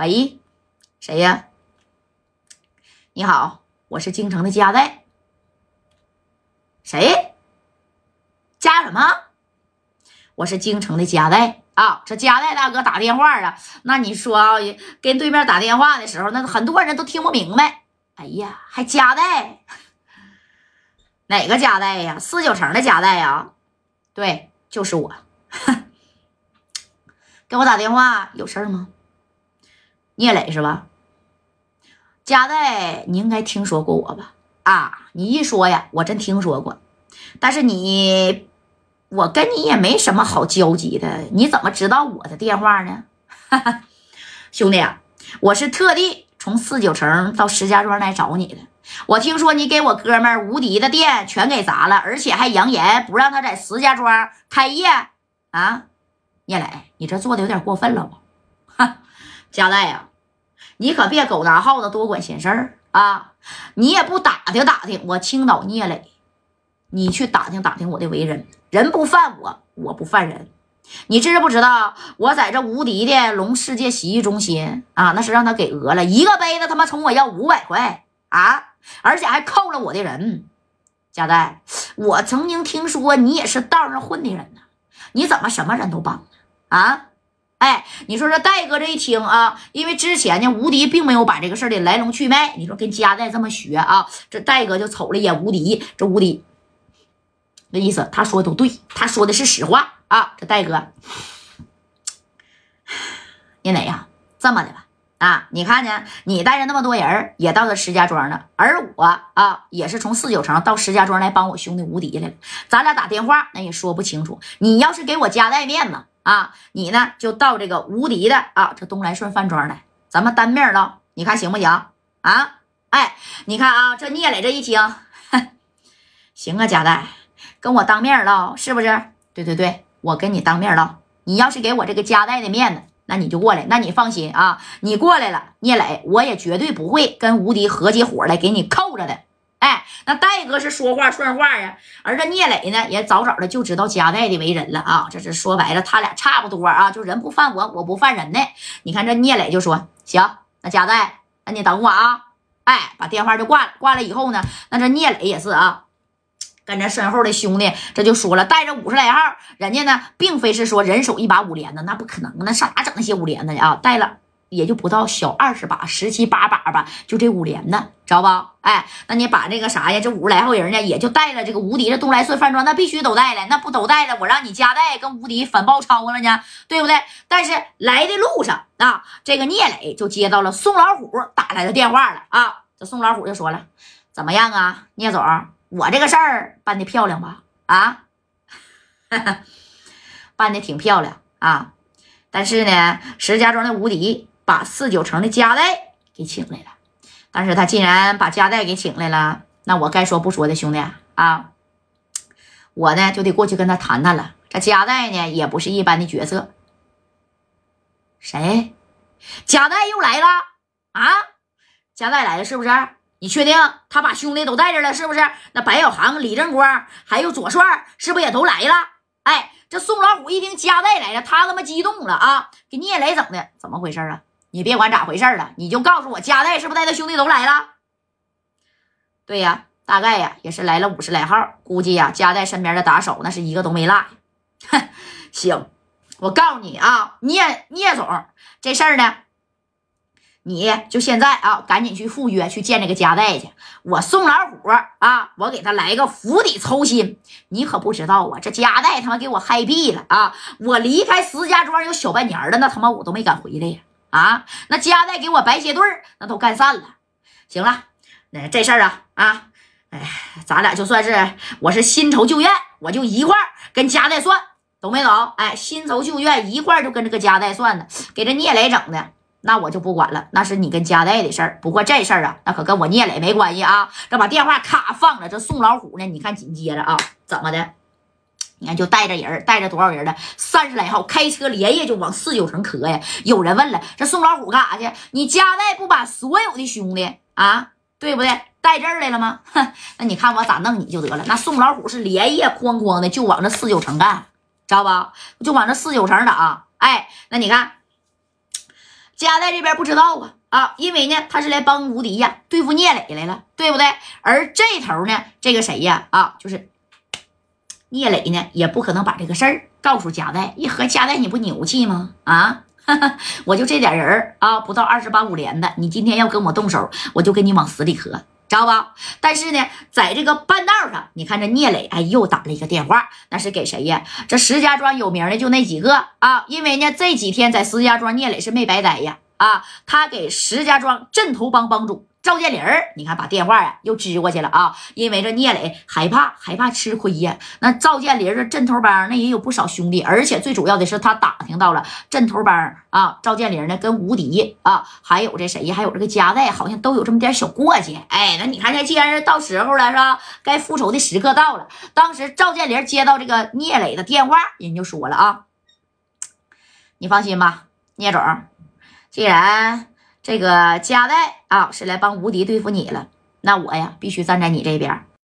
喂，谁呀？你好，我是京城的加代。谁？加什么？我是京城的加代啊！这加代大哥打电话啊，那你说啊，跟对面打电话的时候，那很多人都听不明白。哎呀，还加代？哪个加代呀？49城的加代呀？对，就是我。给我打电话有事吗？聂磊是吧？加代，你应该听说过我吧？啊，你一说呀，我真听说过。但是我跟你也没什么好交集的，你怎么知道我的电话呢？兄弟啊，我是特地从49城到石家庄来找你的。我听说你给我哥们儿无敌的店全给砸了，而且还扬言不让他在石家庄开业啊！聂磊，你这做的有点过分了吧？哈，加代呀，你可别狗拿耗子多管闲事儿啊！你也不打听打听我青岛聂磊，你去打听打听我的为人，人不犯我，我不犯人。你知不知道我在这无敌的龙世界洗浴中心啊，那是让他给讹了一个杯子，他妈从我要500块啊，而且还扣了我的人。加代，我曾经听说你也是道上混的人呢，你怎么什么人都帮呢？啊？哎，你说这戴哥这一听啊，因为之前呢，无敌并没有把这个事儿的来龙去脉，你说跟加代这么学啊，这戴哥就瞅了一眼无敌，这无敌那意思，他说的都对，他说的是实话啊。这戴哥，你哪呀？这么的吧，啊，你看见你带着那么多人也到了石家庄了，而我啊也是从49城到石家庄来帮我兄弟无敌来了。咱俩打电话那也说不清楚，你要是给我加代面子啊，你呢就到这个无敌的啊这东来顺饭庄来，咱们单面了，你看行不行啊？哎，你看啊，这聂磊这一听，行啊，加代。跟我当面唠是不是？对，我跟你当面唠。你要是给我这个加代的面子，那你就过来。那你放心啊，你过来了，聂磊，我也绝对不会跟无敌合起伙来给你扣着的。哎，那戴哥是说话算话呀，而这聂磊呢，也早早的就知道加代的为人了啊。这是说白了，他俩差不多啊，就人不犯我，我不犯人呢。你看这聂磊就说行，那加代，那你等我啊。哎，把电话就挂了。挂了以后呢，那这聂磊也是啊。跟着身后的兄弟这就说了，带着50来号，人家呢并非是说人手一把5连的，那不可能，那上哪整那些5连的啊？带了也就不到小20把，17、8把吧，就这5连的，知道吧？哎，那你把这个啥呀，这50来号人呢，也就带了这个无敌的东来顺饭庄，那必须都带了，那不都带了，我让你加代跟无敌反包抄了呢，对不对？但是来的路上啊，这个聂磊就接到了宋老虎打来的电话了啊，这宋老虎就说了，怎么样啊，聂总？我这个事儿办得漂亮吧？啊，办得挺漂亮啊。但是呢，石家庄的无敌把49城的加代给请来了。但是他既然把加代给请来了，那我该说不说的，兄弟啊，我呢就得过去跟他谈谈了。这加代呢也不是一般的角色。谁？加代又来了啊？加代来了是不是？你确定他把兄弟都带着了是不是？那白小航、李正光还有左帅是不是也都来了？哎，这宋老虎一听加代来了，他他妈激动了啊！给聂磊整的怎么回事啊？你别管咋回事了，你就告诉我加代是不是带他兄弟都来了？对呀，大概呀也是来了50来号，估计呀加代身边的打手那是一个都没落。哼，行，我告诉你啊，聂总这事儿呢。你就现在啊，赶紧去赴约去见这个加代去。我宋老虎啊，我给他来个釜底抽薪。你可不知道啊，这加代他妈给我嗨毙了啊！我离开石家庄有小半年了，那他妈我都没敢回来呀！啊，那加代给我白鞋队那都干散了。行了，那这事儿啊，哎，咱俩就算是我是新仇旧怨，我就一块儿跟加代算，懂没懂？哎，新仇旧怨一块儿就跟这个加代算的，给这聂磊整的。那我就不管了，那是你跟加代的事儿。不过这事儿啊，那可跟我聂磊没关系啊。这把电话咔放了，这宋老虎呢，你看紧接着啊，怎么的？你看就带着人，带着多少人了？30来号，开车连夜就往49城磕呀。有人问了，这宋老虎干啥去？你加代不把所有的兄弟啊，对不对？带这儿来了吗？哼，那你看我咋弄你就得了。那宋老虎是连夜哐哐的就往这49城干，知道吧？就往这49城打。哎，那你看。 贾代这边不知道因为呢他是来帮吴迪呀对付聂磊来了，对不对？而这头呢，这个谁呀就是聂磊呢，也不可能把这个事儿告诉贾代。一合贾代你不牛气吗？我就这点人不到28、5连的，你今天要跟我动手，我就跟你往死里磕。知道吧？但是呢，在这个半道上，你看这聂磊又打了一个电话，那是给谁呀？这石家庄有名的就那几个因为呢这几天在石家庄，聂磊是没白待呀他给石家庄镇头帮帮主赵建林你看把电话又支过去了因为这聂磊害怕吃亏呀。那赵建林这镇头帮那也有不少兄弟，而且最主要的是他打听到了镇头帮赵建林呢跟吴迪还有这谁呀，还有这个贾代，好像都有这么点小过节。那你看，既然是到时候了是吧？该复仇的时刻到了。当时赵建林接到这个聂磊的电话，人就说了你放心吧，聂总，既然这个贾代是来帮吴迪对付你了，那我呀必须站在你这边。